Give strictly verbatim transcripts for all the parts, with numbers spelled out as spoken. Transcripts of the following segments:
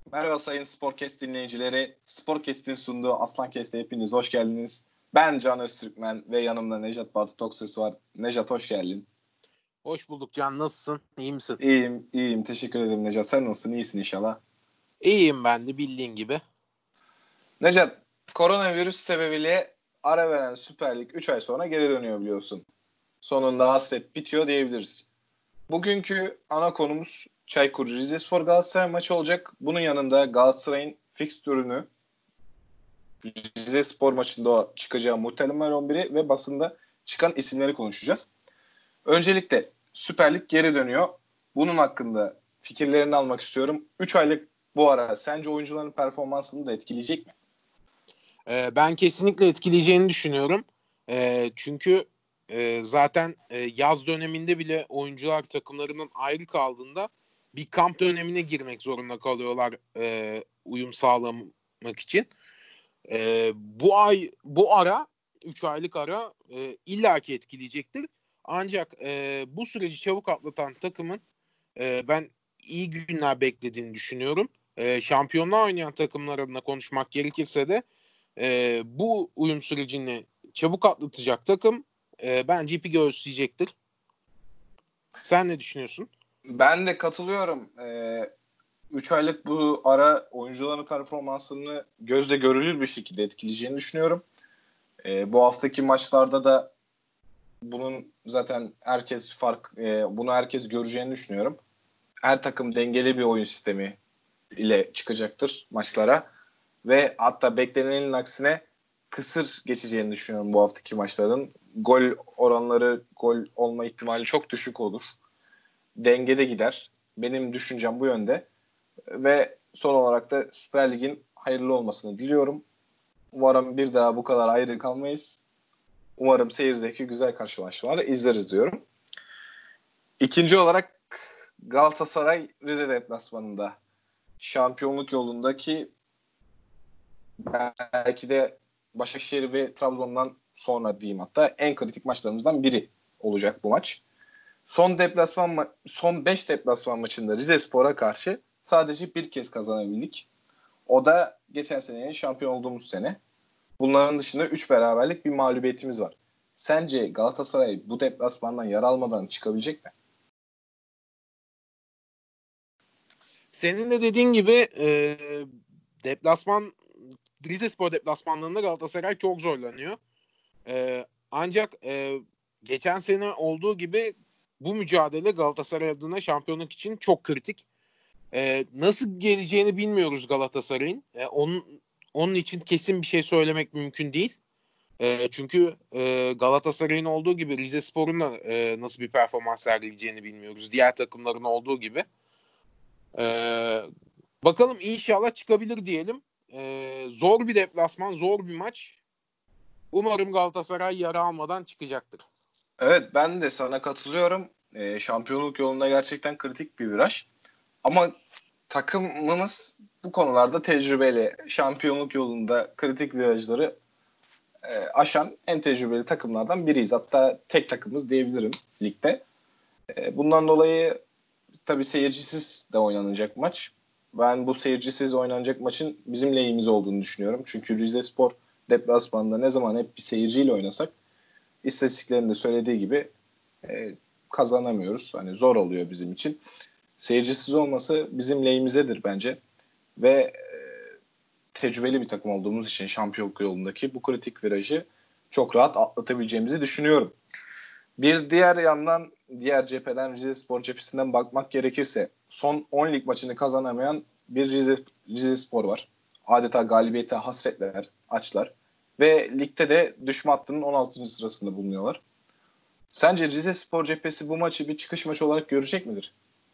Merhaba sayın Sporcast dinleyicileri. Sporcast'in sunduğu Aslancast'e hepiniz hoş geldiniz. Ben Can Öztürkmen ve yanımda Nejat Bartu Tokses var. Nejat hoş geldin. Hoş bulduk Can. Nasılsın? İyi misin? İyiyim, iyiyim. Teşekkür ederim Nejat. Sen nasılsın? İyisin inşallah. İyiyim ben de bildiğin gibi. Nejat, koronavirüs sebebiyle ara veren Süper Lig üç ay sonra geri dönüyor biliyorsun. Sonunda hasret bitiyor diyebiliriz. Bugünkü ana konumuz Çaykur Rizespor Galatasaray maçı olacak. Bunun yanında Galatasaray'ın fikstürünü, Rizespor maçında çıkacağı muhtemel on biri ve basında çıkan isimleri konuşacağız. Öncelikle Süper Lig geri dönüyor. Bunun hakkında fikirlerini almak istiyorum. üç aylık bu ara sence oyuncuların performansını da etkileyecek mi? Ee, ben kesinlikle etkileyeceğini düşünüyorum. Ee, çünkü e, zaten e, yaz döneminde bile oyuncular takımlarının ayrı kaldığında bir kamp dönemine girmek zorunda kalıyorlar e, uyum sağlamak için. E, bu ay bu ara üç aylık ara e, illaki etkileyecektir. Ancak e, bu süreci çabuk atlatan takımın e, ben iyi günler beklediğini düşünüyorum. E, şampiyonluğa oynayan takımlar adına konuşmak gerekirse de e, bu uyum sürecini çabuk atlatacak takım e, bence ipi göğüsleyecektir. Sen ne düşünüyorsun? Ben de katılıyorum. üç aylık bu ara oyuncuların performansını gözle görülür bir şekilde etkileyeceğini düşünüyorum. E, bu haftaki maçlarda da bunun zaten herkes fark e, bunu herkes göreceğini düşünüyorum. Her takım dengeli bir oyun sistemi ile çıkacaktır maçlara ve hatta beklenenin aksine kısır geçeceğini düşünüyorum bu haftaki maçların. Gol oranları, gol olma ihtimali çok düşük olur. Dengede gider. Benim düşüncem bu yönde. Ve son olarak da Süper Lig'in hayırlı olmasını diliyorum. Umarım bir daha bu kadar ayrı kalmayız. Umarım seyir zevki güzel karşılaşmaları izleriz diyorum. İkinci olarak Galatasaray Rize deplasmanında şampiyonluk yolundaki belki de Başakşehir ve Trabzon'dan sonra diyeyim hatta en kritik maçlarımızdan biri olacak bu maç. Son deplasman ma- son beş deplasman maçında Rizespor'a karşı sadece bir kez kazanabildik. O da geçen seneye şampiyon olduğumuz sene. Bunların dışında üç beraberlik bir mağlubiyetimiz var. Sence Galatasaray bu deplasmandan yer almadan çıkabilecek mi? Senin de dediğin gibi e, deplasman Rizespor deplasmanlarında Galatasaray çok zorlanıyor. E, ancak e, geçen sene olduğu gibi bu mücadele Galatasaray adına şampiyonluk için çok kritik. E, nasıl geleceğini bilmiyoruz Galatasaray'ın. E, onun onun için kesin bir şey söylemek mümkün değil. E, çünkü e, Galatasaray'ın olduğu gibi Rizespor'un da e, nasıl bir performans sergileyeceğini bilmiyoruz. Diğer takımların olduğu gibi. E, bakalım inşallah çıkabilir diyelim. E, zor bir deplasman, zor bir maç. Umarım Galatasaray yara almadan çıkacaktır. Evet, ben de sana katılıyorum. Ee, şampiyonluk yolunda gerçekten kritik bir viraj. Ama takımımız bu konularda tecrübeli. Şampiyonluk yolunda kritik virajları e, aşan en tecrübeli takımlardan biriyiz. Hatta tek takımız diyebilirim ligde. E, bundan dolayı tabii seyircisiz de oynanacak maç. Ben bu seyircisiz oynanacak maçın bizim lehimize olduğunu düşünüyorum. Çünkü Rizespor deplasmanında ne zaman hep bir seyirciyle oynasak istatistiklerin de söylediği gibi e, kazanamıyoruz. Hani zor oluyor bizim için. Seyircisiz olması bizim lehimizedir bence. Ve e, tecrübeli bir takım olduğumuz için şampiyonluk yolundaki bu kritik virajı çok rahat atlatabileceğimizi düşünüyorum. Bir diğer yandan diğer cepheden Rizespor cephesinden bakmak gerekirse son on lig maçını kazanamayan bir Rize, Rizespor var. Adeta galibiyete hasretler, açlar. Ve ligde de düşme hattının on altıncı sırasında bulunuyorlar. Sence Rizespor cephesi bu maçı bir çıkış maçı olarak görecek midir?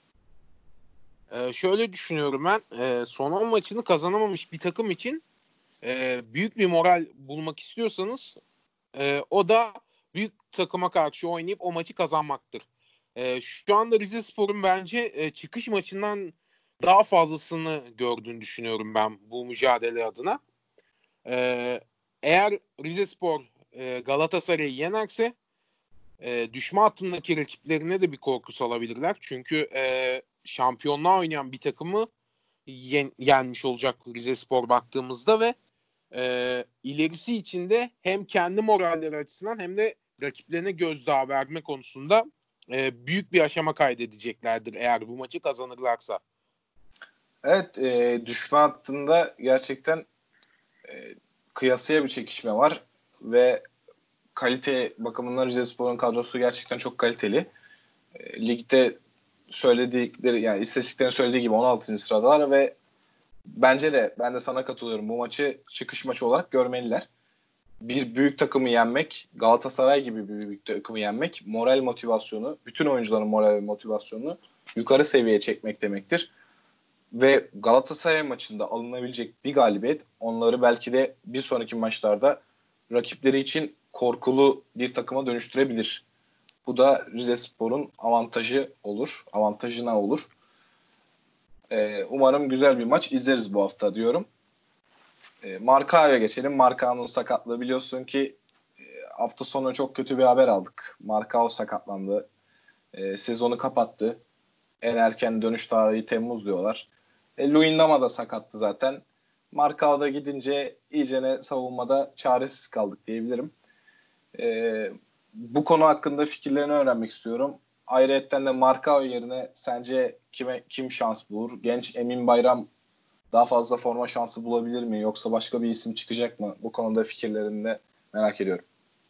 Ee, şöyle düşünüyorum ben. E, son on maçını kazanamamış bir takım için e, büyük bir moral bulmak istiyorsanız e, o da büyük takıma karşı oynayıp o maçı kazanmaktır. E, şu anda Rizespor'un bence e, çıkış maçından daha fazlasını gördüğünü düşünüyorum ben bu mücadele adına. E, eğer Rizespor e, Galatasaray'ı yenerse e, düşme hattındaki rakiplerine de bir korku salabilirler. Çünkü e, şampiyonluğa oynayan bir takımı yen, yenmiş olacak Rizespor baktığımızda ve e, ilerisi için de hem kendi moralleri açısından hem de rakiplerine gözdağı verme konusunda e, büyük bir aşama kaydedeceklerdir eğer bu maçı kazanırlarsa. Evet, e, düşme hattında gerçekten e, kıyasıya bir çekişme var ve kalite bakımından Rizespor'un kadrosu gerçekten çok kaliteli. E, ligde söyledikleri yani istatistiklerin söylediği gibi on altıncı sıradalar ve bence de ben de sana katılıyorum. Bu maçı çıkış maçı olarak görmeliler. Bir büyük takımı yenmek, Galatasaray gibi bir büyük takımı yenmek, moral motivasyonu, bütün oyuncuların moral ve motivasyonunu yukarı seviyeye çekmek demektir. Ve Galatasaray maçında alınabilecek bir galibiyet onları belki de bir sonraki maçlarda rakipleri için korkulu bir takıma dönüştürebilir. Bu da Rizespor'un avantajı olur, avantajına olur. Ee, umarım güzel bir maç izleriz bu hafta diyorum. Ee, Markao'ya geçelim. Markao'nun sakatlığı biliyorsun ki e, hafta sonu çok kötü bir haber aldık. Markao sakatlandı. E, sezonu kapattı. En erken dönüş tarihi Temmuz diyorlar. E, Luyendama da sakattı zaten. Markao da gidince iyicene savunmada çaresiz kaldık diyebilirim. E, Bu konu hakkında fikirlerini öğrenmek istiyorum. Ayrıca de Markao yerine sence kime kim şans bulur? Genç Emin Bayram daha fazla forma şansı bulabilir mi? Yoksa başka bir isim çıkacak mı? Bu konuda fikirlerini de merak ediyorum.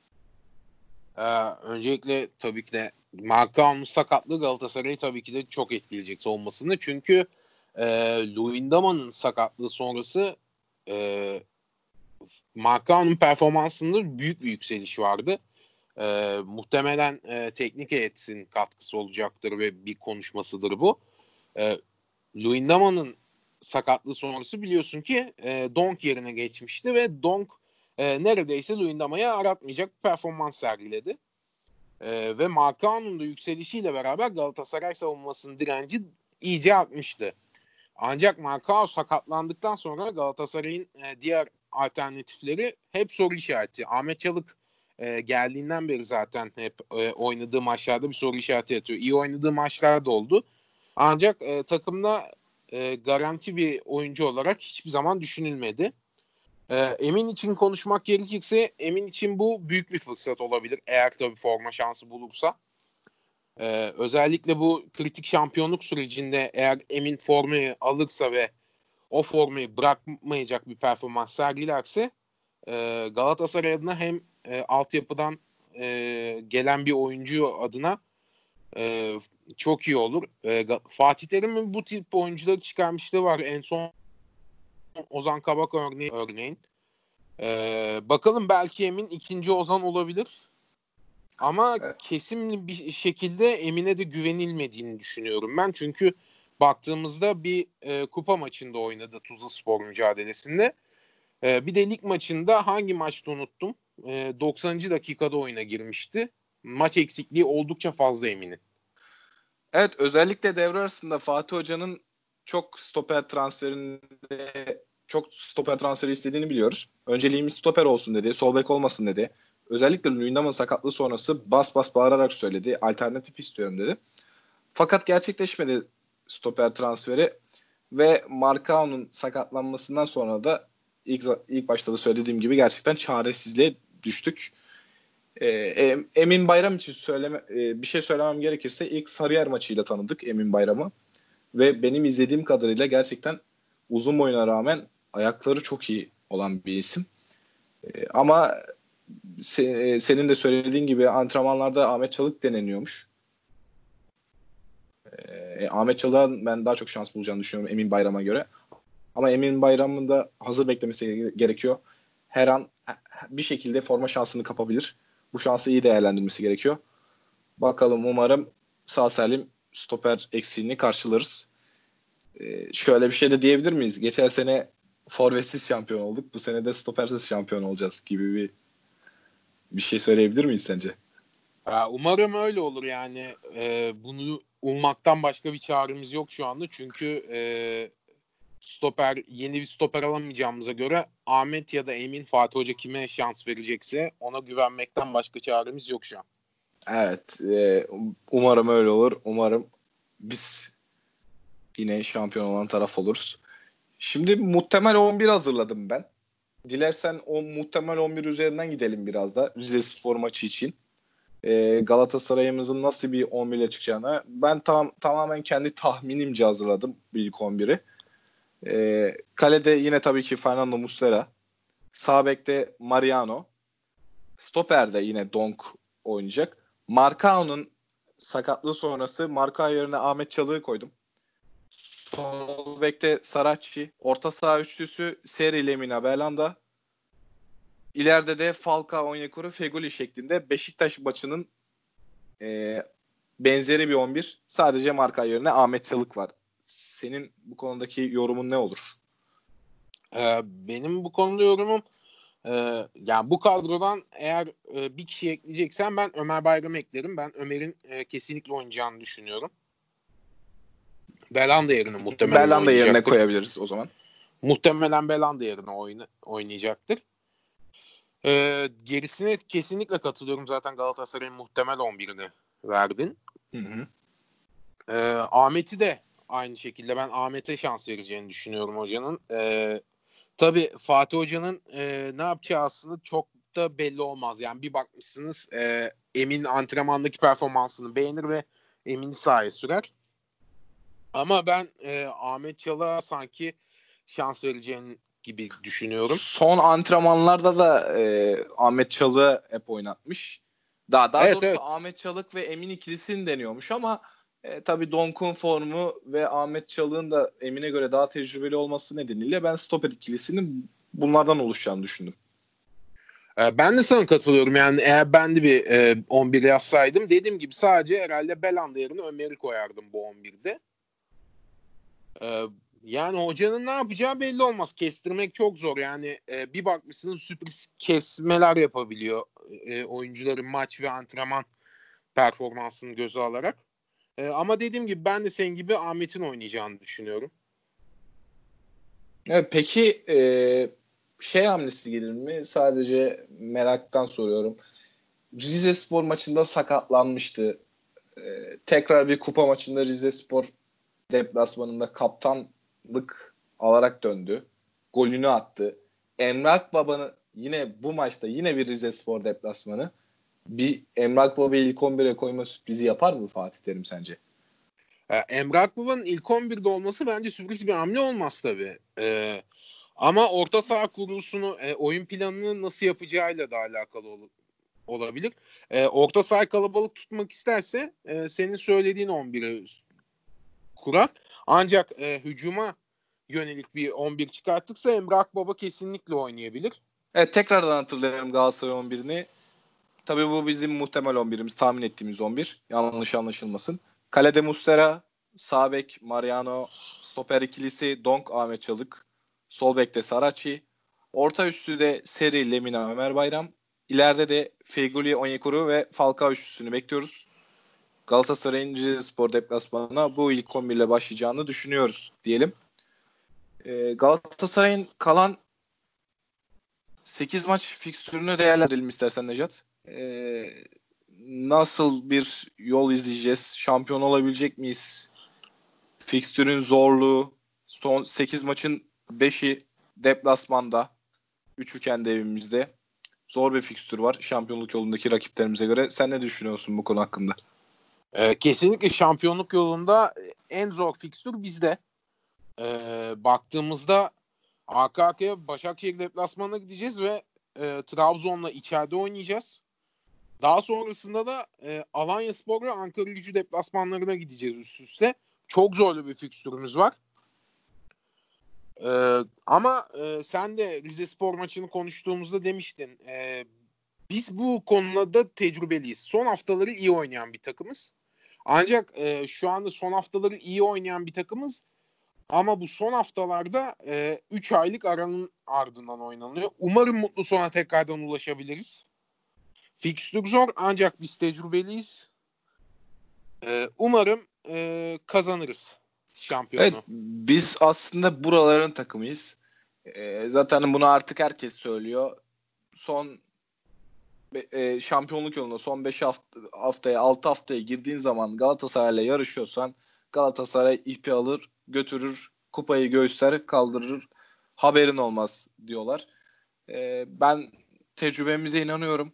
Ee, öncelikle tabii ki de Markao'nun sakatlığı Galatasaray'ı tabii ki de çok etkileyecek savunmasını. Çünkü e, Luyendama'nın sakatlığı sonrası e, Markao'nun performansında büyük bir yükseliş vardı. E, muhtemelen e, teknik heyetin katkısı olacaktır ve bir konuşmasıdır bu. E, Luyendama'nın sakatlığı sonrası biliyorsun ki e, Donk yerine geçmişti ve Donk e, neredeyse Luyendama'ya aratmayacak bir performans sergiledi. Ee, ve Markao'nun da yükselişiyle beraber Galatasaray savunmasının direnci iyice artmıştı. Ancak Markao sakatlandıktan sonra Galatasaray'ın e, diğer alternatifleri hep soru işareti. Ahmet Çalık e, geldiğinden beri zaten hep e, oynadığı maçlarda bir soru işareti yatıyor. İyi oynadığı maçlar da oldu. Ancak e, takımda e, garanti bir oyuncu olarak hiçbir zaman düşünülmedi. Ee, Emin için konuşmak gerekirse Emin için bu büyük bir fırsat olabilir. Eğer tabii forma şansı bulursa. Ee, özellikle bu kritik şampiyonluk sürecinde eğer Emin formayı alırsa ve o formayı bırakmayacak bir performans sergilerse e, Galatasaray adına hem e, altyapıdan e, gelen bir oyuncu adına e, çok iyi olur. E, Fatih Terim'in bu tip oyuncuları çıkarmışlığı var. En son Ozan Kabak örneği, örneğin. Ee, bakalım belki Emin ikinci Ozan olabilir. Ama Evet. kesin bir şekilde Emin'e de güvenilmediğini düşünüyorum ben. Çünkü baktığımızda bir e, kupa maçında oynadı Tuzlaspor mücadelesinde. E, bir de lig maçında hangi maçta unuttum. E, doksanıncı dakikada oyuna girmişti. Maç eksikliği oldukça fazla Emin'in. Evet, özellikle devre arasında Fatih Hoca'nın çok stoper transferinde çok stoper transferi istediğini biliyoruz. Önceliğimiz stoper olsun dedi. Sol bek olmasın dedi. Özellikle Luyendama'nın sakatlığı sonrası bas bas bağırarak söyledi. Alternatif istiyorum dedi. Fakat gerçekleşmedi stoper transferi ve Markao'nun sakatlanmasından sonra da ilk, ilk başta da söylediğim gibi gerçekten çaresizliğe düştük. Ee, Emin Bayram için söyleme, e, bir şey söylemem gerekirse ilk Sarıyer maçıyla tanıdık Emin Bayram'ı. Ve benim izlediğim kadarıyla gerçekten uzun boyuna rağmen ayakları çok iyi olan bir isim. Ee, ama se, senin de söylediğin gibi antrenmanlarda Ahmet Çalık deneniyormuş. Ee, Ahmet Çalık'ın ben daha çok şans bulacağını düşünüyorum Emin Bayram'a göre. Ama Emin Bayram'ın da hazır beklemesi gerekiyor. Her an bir şekilde forma şansını kapabilir. Bu şansı iyi değerlendirmesi gerekiyor. Bakalım, umarım sağ salim stoper eksiğini karşılarız. Ee, şöyle bir şey de diyebilir miyiz? Geçen sene forvetsiz şampiyon olduk. Bu sene de stopersiz şampiyon olacağız gibi bir bir şey söyleyebilir miyiz sence? Ya, umarım öyle olur yani. E, bunu ummaktan başka bir çaremiz yok şu anda. Çünkü e, stoper yeni bir stoper alamayacağımıza göre Ahmet ya da Emin, Fatih Hoca kime şans verecekse ona güvenmekten başka çaremiz yok şu an. Evet. E, umarım öyle olur. Umarım biz yine şampiyon olan taraf oluruz. Şimdi muhtemel on bir hazırladım ben. Dilersen o muhtemel on bir üzerinden gidelim biraz da Rizespor maçı için. Ee, Galatasaray'ımızın nasıl bir on bir ile çıkacağını ben tam, tamamen kendi tahminimce hazırladım ilk on biri. Ee, kalede yine tabii ki Fernando Muslera. Sağ bekte Mariano. Stoper'de yine Donk oynayacak. Marcao'nun sakatlığı sonrası Marcao yerine Ahmet Çalık'ı koydum. Sol bekte Saracchi. Orta saha üçlüsü Seri, Lemina, Belhanda. İleride de Falcao, Onyekuru, Feguli şeklinde Beşiktaş maçının e, benzeri bir on bir. Sadece Marcao yerine Ahmet Çalık var. Senin bu konudaki yorumun ne olur? Ee, benim bu konuda yorumum e, yani bu kadrodan eğer e, bir kişi ekleyeceksen ben Ömer Bayram'ı eklerim. Ben Ömer'in e, kesinlikle oynayacağını düşünüyorum. Belhanda yerine muhtemelen Belhanda yerine oynayacaktır. koyabiliriz o zaman. Muhtemelen Belhanda yerine oyna, oynayacaktır. Ee, gerisine kesinlikle katılıyorum. Zaten Galatasaray'ın muhtemel on birini verdin. Hı hı. Ee, Ahmet'i de aynı şekilde ben Ahmet'e şans vereceğini düşünüyorum hocanın. Ee, tabii Fatih Hoca'nın e, ne yapacağı aslında çok da belli olmaz. Yani bir bakmışsınız e, Emin antrenmandaki performansını beğenir ve Emin'i sahaya sürer. Ama ben e, Ahmet Çalık'a sanki şans vereceğini gibi düşünüyorum. Son antrenmanlarda da e, Ahmet Çalık'ı hep oynatmış. Daha daha Evet, doğrusu evet. Ahmet Çalık ve Emin ikilisini deniyormuş ama e, tabii Donk'un formu ve Ahmet Çalık'ın da Emin'e göre daha tecrübeli olması nedeniyle ben stoper ikilisinin bunlardan oluşacağını düşündüm. Ee, Ben de sana katılıyorum. Yani eğer ben de bir e, on bir yazsaydım dediğim gibi sadece herhalde Belhanda yerine Ömer'i koyardım bu on birde. Ee, yani hocanın ne yapacağı belli olmaz. Kestirmek çok zor. Yani e, bir bakmışsınız sürpriz kesmeler yapabiliyor e, oyuncuların maç ve antrenman performansını göze alarak. E, ama dediğim gibi ben de senin gibi Ahmet'in oynayacağını düşünüyorum. Evet, peki e, şey hamlesi gelir mi? Sadece meraktan soruyorum. Rizespor maçında sakatlanmıştı. E, tekrar bir kupa maçında Rizespor deplasmanında kaptanlık alarak döndü. Golünü attı. Emre Akbaba'nın yine bu maçta yine bir Rizespor deplasmanı. Bir Emre Akbaba'yı ilk on bire koyma sürprizi yapar mı Fatih Terim sence? E, Emre Akbaba'nın ilk on birde olması bence sürpriz bir hamle olmaz tabii. E, ama orta saha kurulusunu, e, oyun planını nasıl yapacağıyla da alakalı ol- olabilir. E, orta saha kalabalık tutmak isterse e, senin söylediğin on bire kurar. Ancak e, hücuma yönelik bir on bir çıkarttıksa Emre Akbaba kesinlikle oynayabilir. Evet, tekrardan hatırlayalım Galatasaray on birini. Tabii bu bizim muhtemel on birimiz, tahmin ettiğimiz on bir. Yanlış anlaşılmasın. Kalede Muslera, sağ bek Mariano, stoper ikilisi Donk, Ahmet Çalık, sol bekte Saracchi, orta üçlüde Seri, Lemina, Ömer Bayram. İleride de Feguli, Onyekuru ve Falcao üçlüsünü bekliyoruz. Galatasaray'ın Rizespor deplasmanına bu ilk on bir ile başlayacağını düşünüyoruz diyelim. Ee, Galatasaray'ın kalan sekiz maç fikstürünü değerlendirelim istersen Necat. Ee, nasıl bir yol izleyeceğiz? Şampiyon olabilecek miyiz? Fikstürün zorluğu, son sekiz maçın beşi deplasmanda, üçü kendi evimizde. Zor bir fikstür var şampiyonluk yolundaki rakiplerimize göre. Sen ne düşünüyorsun bu konu hakkında? E, kesinlikle şampiyonluk yolunda en zor fikstür bizde. E, baktığımızda arka arkaya Başakşehir deplasmanına gideceğiz ve e, Trabzon'la içeride oynayacağız. Daha sonrasında da e, Alanyaspor ve Ankaragücü deplasmanlarına gideceğiz üst üste. Çok zorlu bir fikstürümüz var. Ee, ama e, sen de Rizespor maçını konuştuğumuzda demiştin. E, biz bu konuda tecrübeliyiz. Son haftaları iyi oynayan bir takımız. Ancak e, şu anda son haftaları iyi oynayan bir takımız. Ama bu son haftalarda üç aylık aranın ardından oynanıyor. Umarım mutlu sona tekrardan ulaşabiliriz. Fikstür zor ancak biz tecrübeliyiz. E, umarım e, kazanırız Evet, şampiyonu. biz aslında buraların takımıyız. Ee, zaten bunu artık herkes söylüyor. Son e, şampiyonluk yolunda son beş hafta, haftaya altı haftaya girdiğin zaman Galatasaray'la yarışıyorsan Galatasaray ipi alır götürür kupayı göğüsler kaldırır, haberin olmaz diyorlar. Ee, ben tecrübemize inanıyorum.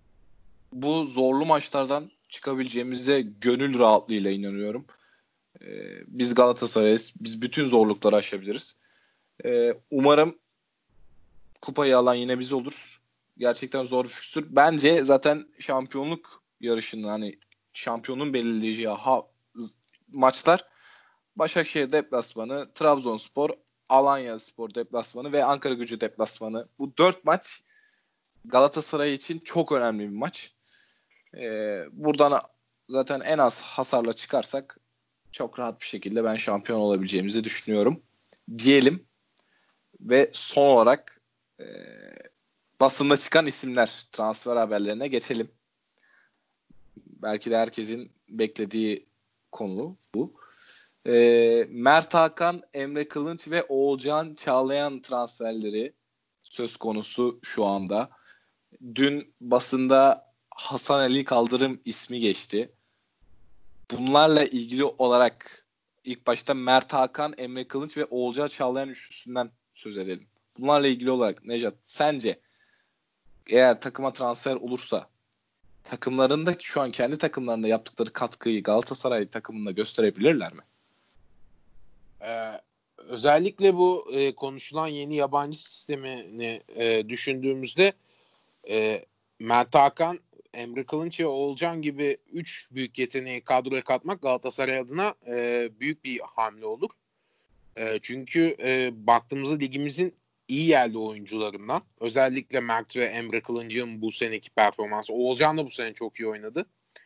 Bu zorlu maçlardan çıkabileceğimize gönül rahatlığıyla inanıyorum. Ee, biz Galatasaray'ız. Biz bütün zorlukları aşabiliriz. Ee, umarım kupayı alan yine biz oluruz. Gerçekten zor bir fikstür. Bence zaten şampiyonluk yarışının hani şampiyonun belirleyeceği ha, maçlar Başakşehir deplasmanı, Trabzonspor, Alanyaspor deplasmanı ve Ankaragücü deplasmanı. Bu dört maç Galatasaray için çok önemli bir maç. Ee, buradan zaten en az hasarla çıkarsak çok rahat bir şekilde ben şampiyon olabileceğimizi düşünüyorum. Diyelim ve son olarak e, basında çıkan isimler transfer haberlerine geçelim. Belki de herkesin beklediği konu bu. E, Mert Hakan, Emre Kılınç ve Oğulcan Çağlayan transferleri söz konusu şu anda. Dün basında Hasan Ali Kaldırım ismi geçti. Bunlarla ilgili olarak ilk başta Mert Hakan, Emre Kılınç ve Oğulcan Çağlayan üçlüsünden söz edelim. Bunlarla ilgili olarak Nejat, sence eğer takıma transfer olursa takımlarında şu an kendi takımlarında yaptıkları katkıyı Galatasaray takımında gösterebilirler mi? Ee, özellikle bu e, konuşulan yeni yabancı sistemini e, düşündüğümüzde e, Mert Hakan, Emre Kılınç ve Oğulcan gibi üç büyük yeteneği kadroya katmak Galatasaray adına e, büyük bir hamle olur. E, çünkü e, baktığımızda ligimizin iyi yerli oyuncularından, özellikle Mert ve Emre Kılınç'ın bu seneki performansı, Oğulcan da bu sene çok iyi oynadı.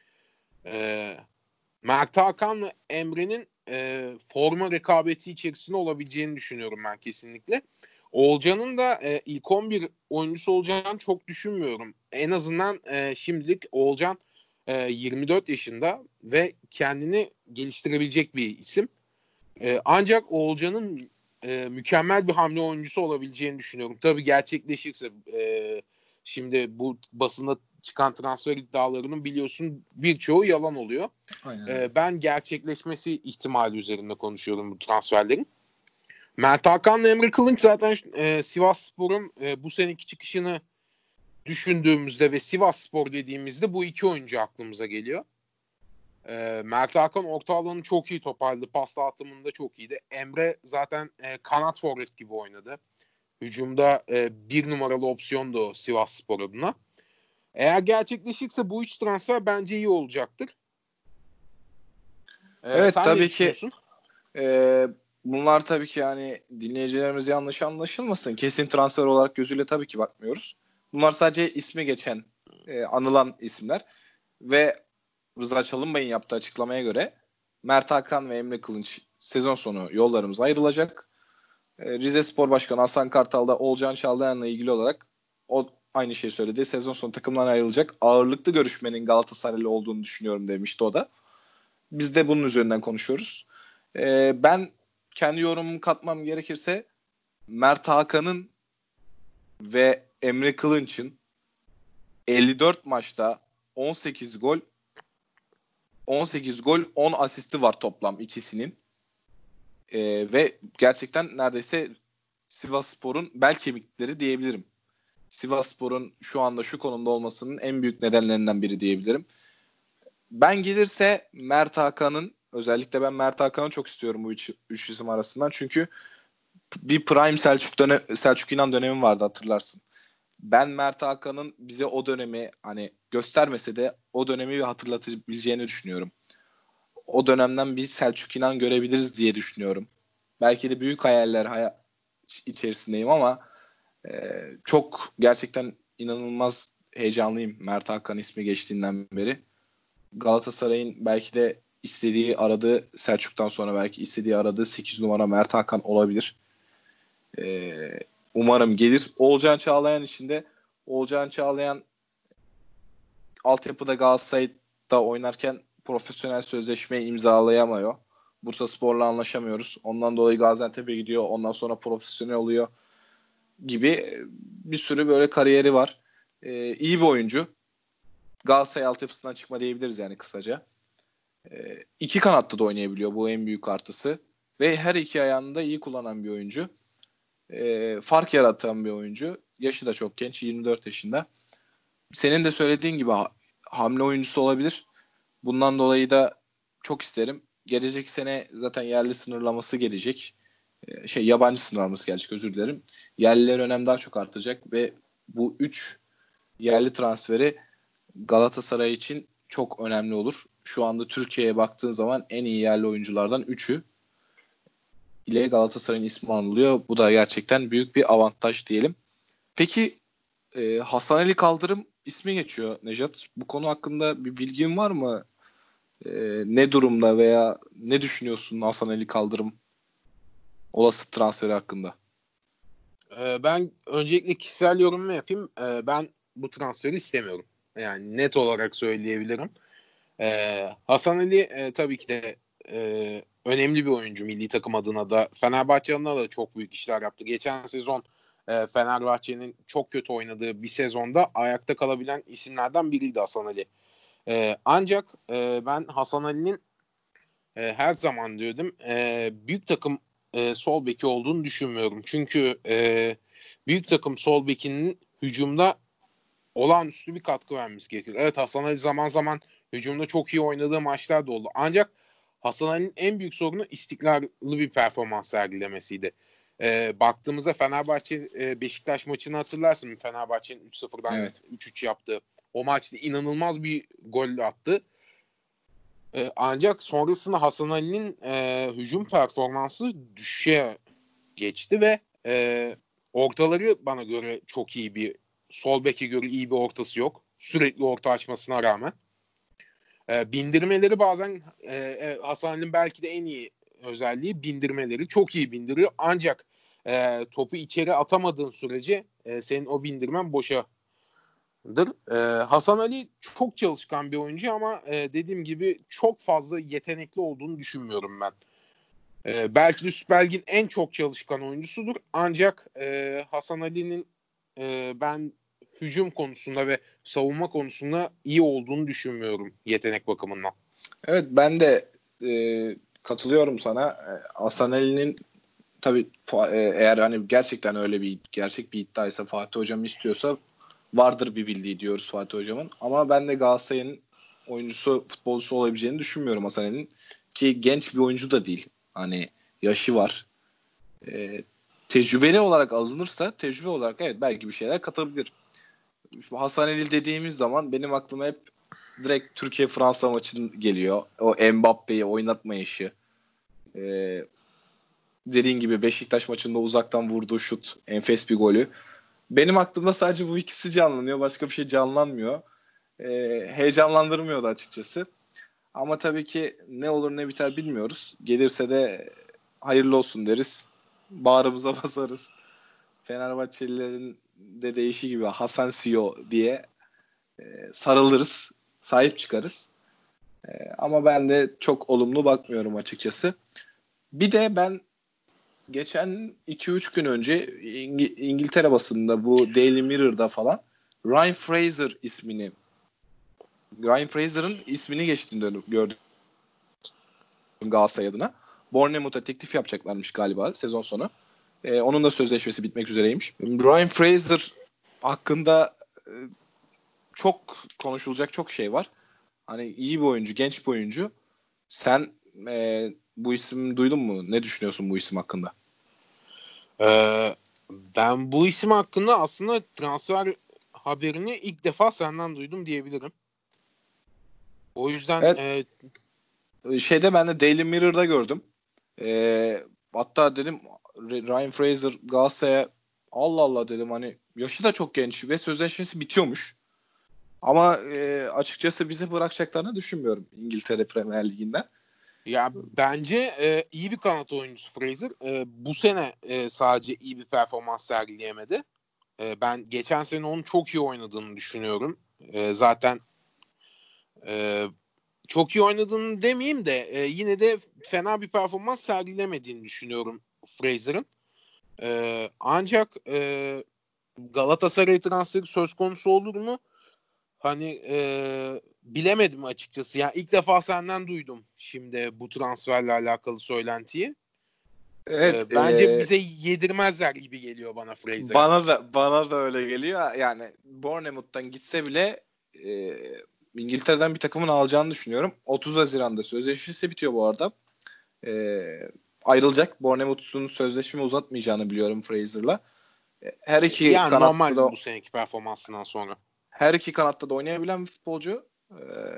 E, Mert Hakan ve Emre'nin e, forma rekabeti içerisinde olabileceğini düşünüyorum ben kesinlikle. Oğulcan'ın da e, ilk on bir oyuncusu olacağını çok düşünmüyorum. En azından e, şimdilik Oğulcan e, yirmi dört yaşında ve kendini geliştirebilecek bir isim. E, ancak Oğulcan'ın e, mükemmel bir hamle oyuncusu olabileceğini düşünüyorum. Tabii gerçekleşirse e, şimdi bu basında çıkan transfer iddialarının biliyorsun birçoğu yalan oluyor. Aynen. E, ben gerçekleşmesi ihtimali üzerinde konuşuyorum bu transferlerin. Mert Hakan'la Emre Kılınç zaten e, Sivasspor'un e, bu seneki çıkışını düşündüğümüzde ve Sivasspor dediğimizde bu iki oyuncu aklımıza geliyor. E, Mert Hakan orta alanı çok iyi toparladı. Pas dağıtımında çok iyiydi. Emre zaten e, kanat forvet gibi oynadı. Hücumda e, bir numaralı opsiyondu o Sivasspor adına. Eğer gerçekleşirse bu üç transfer bence iyi olacaktır. E, Evet, sen ne tabii ki düşünüyorsun? e, bunlar tabii ki yani dinleyicilerimiz yanlış anlaşılmasın. Kesin transfer olarak gözüyle tabii ki bakmıyoruz. Bunlar sadece ismi geçen, e, anılan isimler ve Rıza Çalınbay'ın yaptığı açıklamaya göre Mert Hakan ve Emre Kılınç sezon sonu yollarımız ayrılacak. E, Rize Spor Başkanı Hasan Kartal da Oğulcan Çağlayan'la ilgili olarak o aynı şeyi söyledi. Sezon sonu takımdan ayrılacak. Ağırlıklı görüşmenin Galatasaraylı olduğunu düşünüyorum demişti o da. Biz de bunun üzerinden konuşuyoruz. E, ben kendi yorumumu katmam gerekirse Mert Hakan'ın ve Emre Kılınç'ın elli dört maçta on sekiz gol on sekiz gol on asisti var toplam ikisinin. Ee, ve gerçekten neredeyse Sivasspor'un bel kemikleri diyebilirim. Sivasspor'un şu anda şu konumda olmasının en büyük nedenlerinden biri diyebilirim. Ben gelirse Mert Hakan'ın, özellikle ben Mert Hakan'ı çok istiyorum bu üç, üç isim arasından. Çünkü bir Prime Selçuk, dönem, Selçuk İnan dönemi vardı, hatırlarsın. Ben Mert Hakan'ın bize o dönemi hani göstermese de o dönemi hatırlatabileceğini düşünüyorum. O dönemden bir Selçuk İnan görebiliriz diye düşünüyorum. Belki de büyük hayaller hay- içerisindeyim ama e, çok gerçekten inanılmaz heyecanlıyım Mert Hakan ismi geçtiğinden beri. Galatasaray'ın belki de istediği, aradığı, Selçuk'tan sonra belki istediği, aradığı sekiz numara Mert Hakan olabilir. E, umarım gelir. Oğulcan Çağlayan için de Oğulcan Çağlayan altyapıda Galatasaray'da oynarken profesyonel sözleşme imzalayamıyor. Bursaspor'la anlaşamıyoruz. Ondan dolayı Gaziantep'e gidiyor. Ondan sonra profesyonel oluyor gibi bir sürü böyle kariyeri var. Ee, iyi bir oyuncu. Galatasaray altyapısından çıkma diyebiliriz yani kısaca. Ee, iki kanatta da oynayabiliyor. Bu en büyük artısı. ve her iki ayağını da iyi kullanan bir oyuncu. E, fark yaratan bir oyuncu. Yaşı da çok genç, yirmi dört yaşında. Senin de söylediğin gibi ha- hamle oyuncusu olabilir. Bundan dolayı da çok isterim. Gelecek sene zaten yerli sınırlaması gelecek. Ee, şey yabancı sınırlaması gelecek, özür dilerim. Yerliler önem daha çok artacak ve bu üç yerli transferi Galatasaray için çok önemli olur. Şu anda Türkiye'ye baktığın zaman en iyi yerli oyunculardan üçü ile Galatasaray'ın ismi anılıyor. Bu da gerçekten büyük bir avantaj diyelim. Peki e, Hasan Ali Kaldırım ismi geçiyor Nejat. Bu konu hakkında bir bilgin var mı? E, ne durumda veya ne düşünüyorsun Hasan Ali Kaldırım olası transferi hakkında? Ee, ben öncelikle kişisel yorumumu yapayım. Ee, ben bu transferi istemiyorum. Yani net olarak söyleyebilirim. Ee, Hasan Ali e, tabii ki de e, önemli bir oyuncu milli takım adına da. Fenerbahçe adına da çok büyük işler yaptı. Geçen sezon e, Fenerbahçe'nin çok kötü oynadığı bir sezonda ayakta kalabilen isimlerden biriydi Hasan Ali. E, ancak e, ben Hasan Ali'nin e, her zaman diyordum e, büyük takım e, sol beki olduğunu düşünmüyorum. Çünkü e, büyük takım sol bekinin hücumda olağanüstü bir katkı vermesi gerekiyor. Evet, Hasan Ali zaman zaman hücumda çok iyi oynadığı maçlar da oldu. Ancak Hasan Ali'nin en büyük sorunu istikrarlı bir performans sergilemesiydi. E, baktığımızda Fenerbahçe e, Beşiktaş maçını hatırlarsın. Fenerbahçe'nin üç sıfırdan Evet. üç üç yaptığı. O maçta inanılmaz bir gol attı. E, ancak sonrasında Hasan Ali'nin e, hücum performansı düşüşe geçti ve e, ortaları bana göre çok iyi bir, sol beke göre iyi bir ortası yok. Sürekli orta açmasına rağmen. E, bindirmeleri bazen e, e, Hasan Ali'nin belki de en iyi özelliği bindirmeleri. Çok iyi bindiriyor. Ancak e, topu içeri atamadığın sürece e, senin o bindirmen boşa dır. Ee, Hasan Ali çok çalışkan bir oyuncu ama e, dediğim gibi çok fazla yetenekli olduğunu düşünmüyorum ben. Ee, belki de Süper Lig'in en çok çalışkan oyuncusudur. Ancak e, Hasan Ali'nin e, ben hücum konusunda ve savunma konusunda iyi olduğunu düşünmüyorum yetenek bakımından. Evet, ben de e, katılıyorum sana. E, Hasan Ali'nin tabii fa- e, eğer hani gerçekten öyle bir gerçek bir iddiaysa, Fatih Hocam istiyorsa vardır bir bildiği diyoruz Fatih Hocam'ın. Ama ben de Galatasaray'ın oyuncusu, futbolcusu olabileceğini düşünmüyorum Hasan Ali'nin. Ki genç bir oyuncu da değil. Hani yaşı var. E, tecrübeli olarak alınırsa, tecrübe olarak evet belki bir şeyler katabilir. Hasan Ali dediğimiz zaman benim aklıma hep direkt Türkiye-Fransa maçı geliyor. O Mbappe'yi oynatma işi. Ee, dediğin gibi Beşiktaş maçında uzaktan vurduğu şut. Enfes bir golü. Benim aklımda sadece bu ikisi canlanıyor. Başka bir şey canlanmıyor. Ee, heyecanlandırmıyordu açıkçası. Ama tabii ki ne olur ne biter bilmiyoruz. Gelirse de hayırlı olsun deriz. Bağrımıza basarız. Fenerbahçelilerin de deyişi gibi Hasan C E O diye e, sarılırız. Sahip çıkarız. E, ama ben de çok olumlu bakmıyorum açıkçası. Bir de ben geçen iki üç gün önce İng- İngiltere basında, bu Daily Mirror'da falan Ryan Fraser ismini Ryan Fraser'ın ismini geçtiğini gördüm Galatasaray adına. Bournemouth'a teklif yapacaklarmış galiba sezon sonu. Ee, onun da sözleşmesi bitmek üzereymiş. Ryan Fraser hakkında e, çok konuşulacak çok şey var. Hani iyi bir oyuncu, genç bir oyuncu. Sen e, bu ismi duydun mu? Ne düşünüyorsun bu isim hakkında? Ee, ben bu isim hakkında aslında transfer haberini ilk defa senden duydum diyebilirim. O yüzden Evet, e, şeyde ben de Daily Mirror'da gördüm. E, hatta dedim Ryan Fraser Galatasaray'a, Allah Allah dedim, hani yaşı da çok genç ve sözleşmesi bitiyormuş. Ama e, açıkçası bizi bırakacaklarını düşünmüyorum İngiltere Premier Ligi'nden. ya bence e, iyi bir kanat oyuncusu Fraser. E, bu sene e, sadece iyi bir performans sergileyemedi. E, ben geçen sene onun çok iyi oynadığını düşünüyorum. E, zaten e, çok iyi oynadığını demeyeyim de e, yine de fena bir performans sergilemediğini düşünüyorum Fraser'ın. E, ancak e, Galatasaray transferi söz konusu olur mu? Hani e, bilemedim açıkçası. Yani ilk defa senden duydum şimdi bu transferle alakalı söylentiyi. Evet, E, bence e, bize yedirmezler gibi geliyor bana Frazier'ı. bana da bana da öyle geliyor. Yani Bournemouth'tan gitse bile e, İngiltere'den bir takımın alacağını düşünüyorum. otuz Haziran'da sözleşmesi bitiyor bu arada. E, ayrılacak. Bournemouth'un sözleşme uzatmayacağını biliyorum Fraser'la. E, Her iki Yani kanatta normal da bu seneki performansından sonra. her iki kanatta da oynayabilen bir futbolcu. E,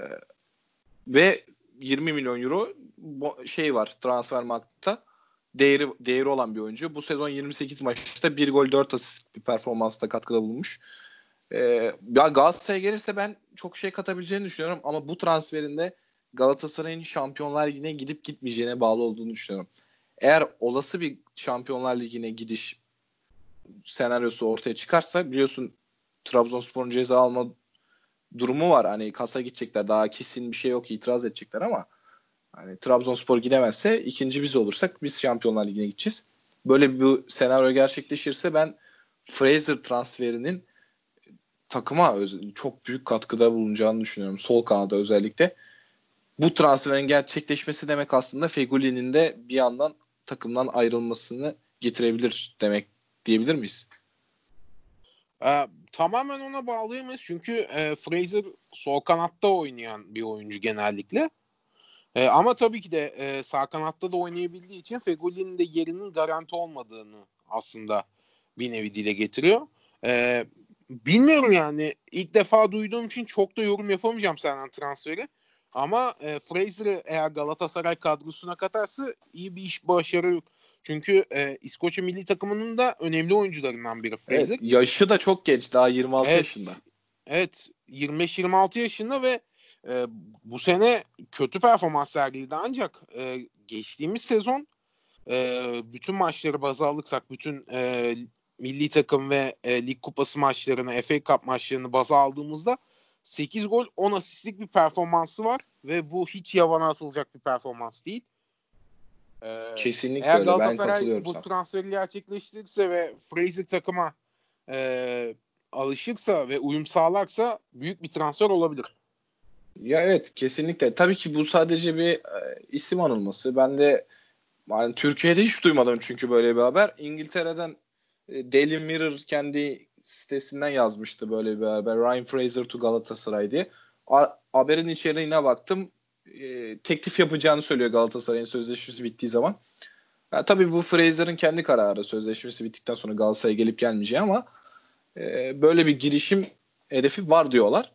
ve yirmi milyon euro bo- şey var Transfermarkt'ta. Değeri değeri olan bir oyuncu. Bu sezon yirmi sekiz maçta bir gol dört asist bir performansta katkıda bulunmuş. Ee, ya Galatasaray'a gelirse ben çok şey katabileceğini düşünüyorum ama bu transferinde Galatasaray'ın Şampiyonlar Ligi'ne gidip gitmeyeceğine bağlı olduğunu düşünüyorum. Eğer olası bir Şampiyonlar Ligi'ne gidiş senaryosu ortaya çıkarsa biliyorsun Trabzonspor'un ceza alma durumu var. Hani kasa gidecekler. Daha kesin bir şey yok. İtiraz edecekler ama hani Trabzonspor gidemezse ikinci biz olursak biz Şampiyonlar Ligi'ne gideceğiz. Böyle bir senaryo gerçekleşirse ben Fraser transferinin takıma öz- çok büyük katkıda bulunacağını düşünüyorum. Sol kanada özellikle. Bu transferin gerçekleşmesi demek aslında Feghoulli'nin de bir yandan takımdan ayrılmasını getirebilir demek diyebilir miyiz? Ee, tamamen ona bağlıyız çünkü e, Fraser sol kanatta oynayan bir oyuncu genellikle. E, ama tabii ki de e, sağ kanatta da oynayabildiği için Feghoulli'nin de yerinin garanti olmadığını aslında bir nevi dile getiriyor. E, bilmiyorum yani ilk defa duyduğum için çok da yorum yapamayacağım senden transferi. Ama e, Fraser'ı eğer Galatasaray kadrosuna katarsa iyi bir iş başarır. Çünkü e, İskoçya milli takımının da önemli oyuncularından biri Evet, Fraser. yaşı da çok genç. Daha yirmi altı yaşında. Evet, evet yirmi beş yirmi altı yaşında ve e, bu sene kötü performans sergiledi ancak e, geçtiğimiz sezon e, bütün maçları baz alırsak bütün e, milli takım ve e, lig kupası maçlarını F A Cup maçlarını baza aldığımızda sekiz gol on asistlik bir performansı var ve bu hiç yabana atılacak bir performans değil. E, Kesinlikle eğer öyle. Ben Galatasaray katılıyorum bu sana. transferi gerçekleştirirse ve Fraser takıma e, alışırsa ve uyum sağlarsa büyük bir transfer olabilir. Ya evet, kesinlikle. Tabii ki bu sadece bir e, isim anılması. Ben de yani Türkiye'de hiç duymadım çünkü böyle bir haber. İngiltere'den e, Daily Mirror kendi sitesinden yazmıştı böyle bir haber. Ryan Fraser to Galatasaray diye. A- haberin içeriğine baktım. E, teklif yapacağını söylüyor Galatasaray'ın sözleşmesi bittiği zaman. Ya, tabii bu Fraser'ın kendi kararı sözleşmesi bittikten sonra Galatasaray'a gelip gelmeyeceği ama e, böyle bir girişim hedefi var diyorlar.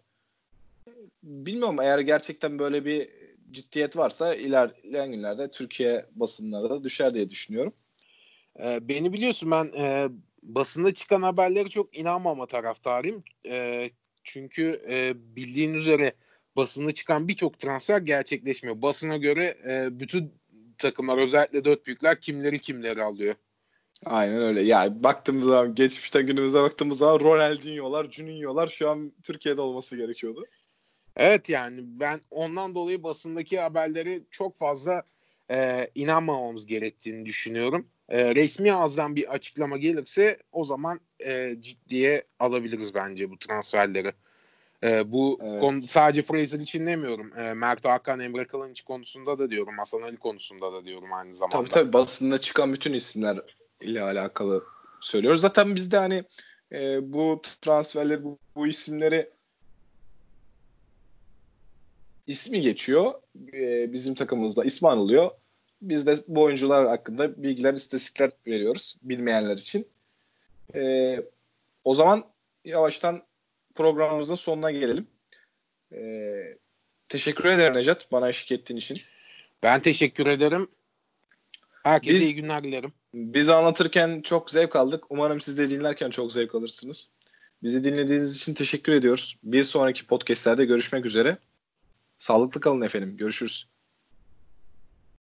Bilmiyorum, eğer gerçekten böyle bir ciddiyet varsa ilerleyen günlerde Türkiye basınına da düşer diye düşünüyorum. E, beni biliyorsun ben e, basında çıkan haberlere çok inanmama taraftarıyım. E, çünkü e, bildiğin üzere basında çıkan birçok transfer gerçekleşmiyor. Basına göre e, bütün takımlar özellikle dört büyükler kimleri kimleri alıyor. Aynen öyle. Ya baktığımız zaman, geçmişten günümüze baktığımız zaman Ronaldinho'lar, Juninho'lar şu an Türkiye'de olması gerekiyordu. Evet yani ben ondan dolayı basındaki haberleri çok fazla e, inanmamamız gerektiğini düşünüyorum. E, resmi ağızdan bir açıklama gelirse o zaman e, ciddiye alabiliriz bence bu transferleri. E, bu konu Evet. sadece Fraser için demiyorum. E, Mert Hakan, Emre Kılınç konusunda da diyorum. Hasan Ali konusunda da diyorum aynı Tabii zamanda. tabii, basında çıkan bütün isimler ile alakalı söylüyoruz. Zaten biz de hani e, bu transferleri, bu, bu isimleri ismi geçiyor. E, bizim takımımızda ismi anılıyor. Biz de bu oyuncular hakkında bilgiler, istatistikler veriyoruz bilmeyenler için. E, o zaman yavaştan programımızın sonuna gelelim. E, teşekkür ederim Necat, bana eşlik ettiğin için. Ben teşekkür ederim. Herkese iyi Biz günler dilerim. biz anlatırken çok zevk aldık. Umarım siz de dinlerken çok zevk alırsınız. Bizi dinlediğiniz için teşekkür ediyoruz. Bir sonraki podcastlerde görüşmek üzere. Sağlıklı kalın efendim. Görüşürüz.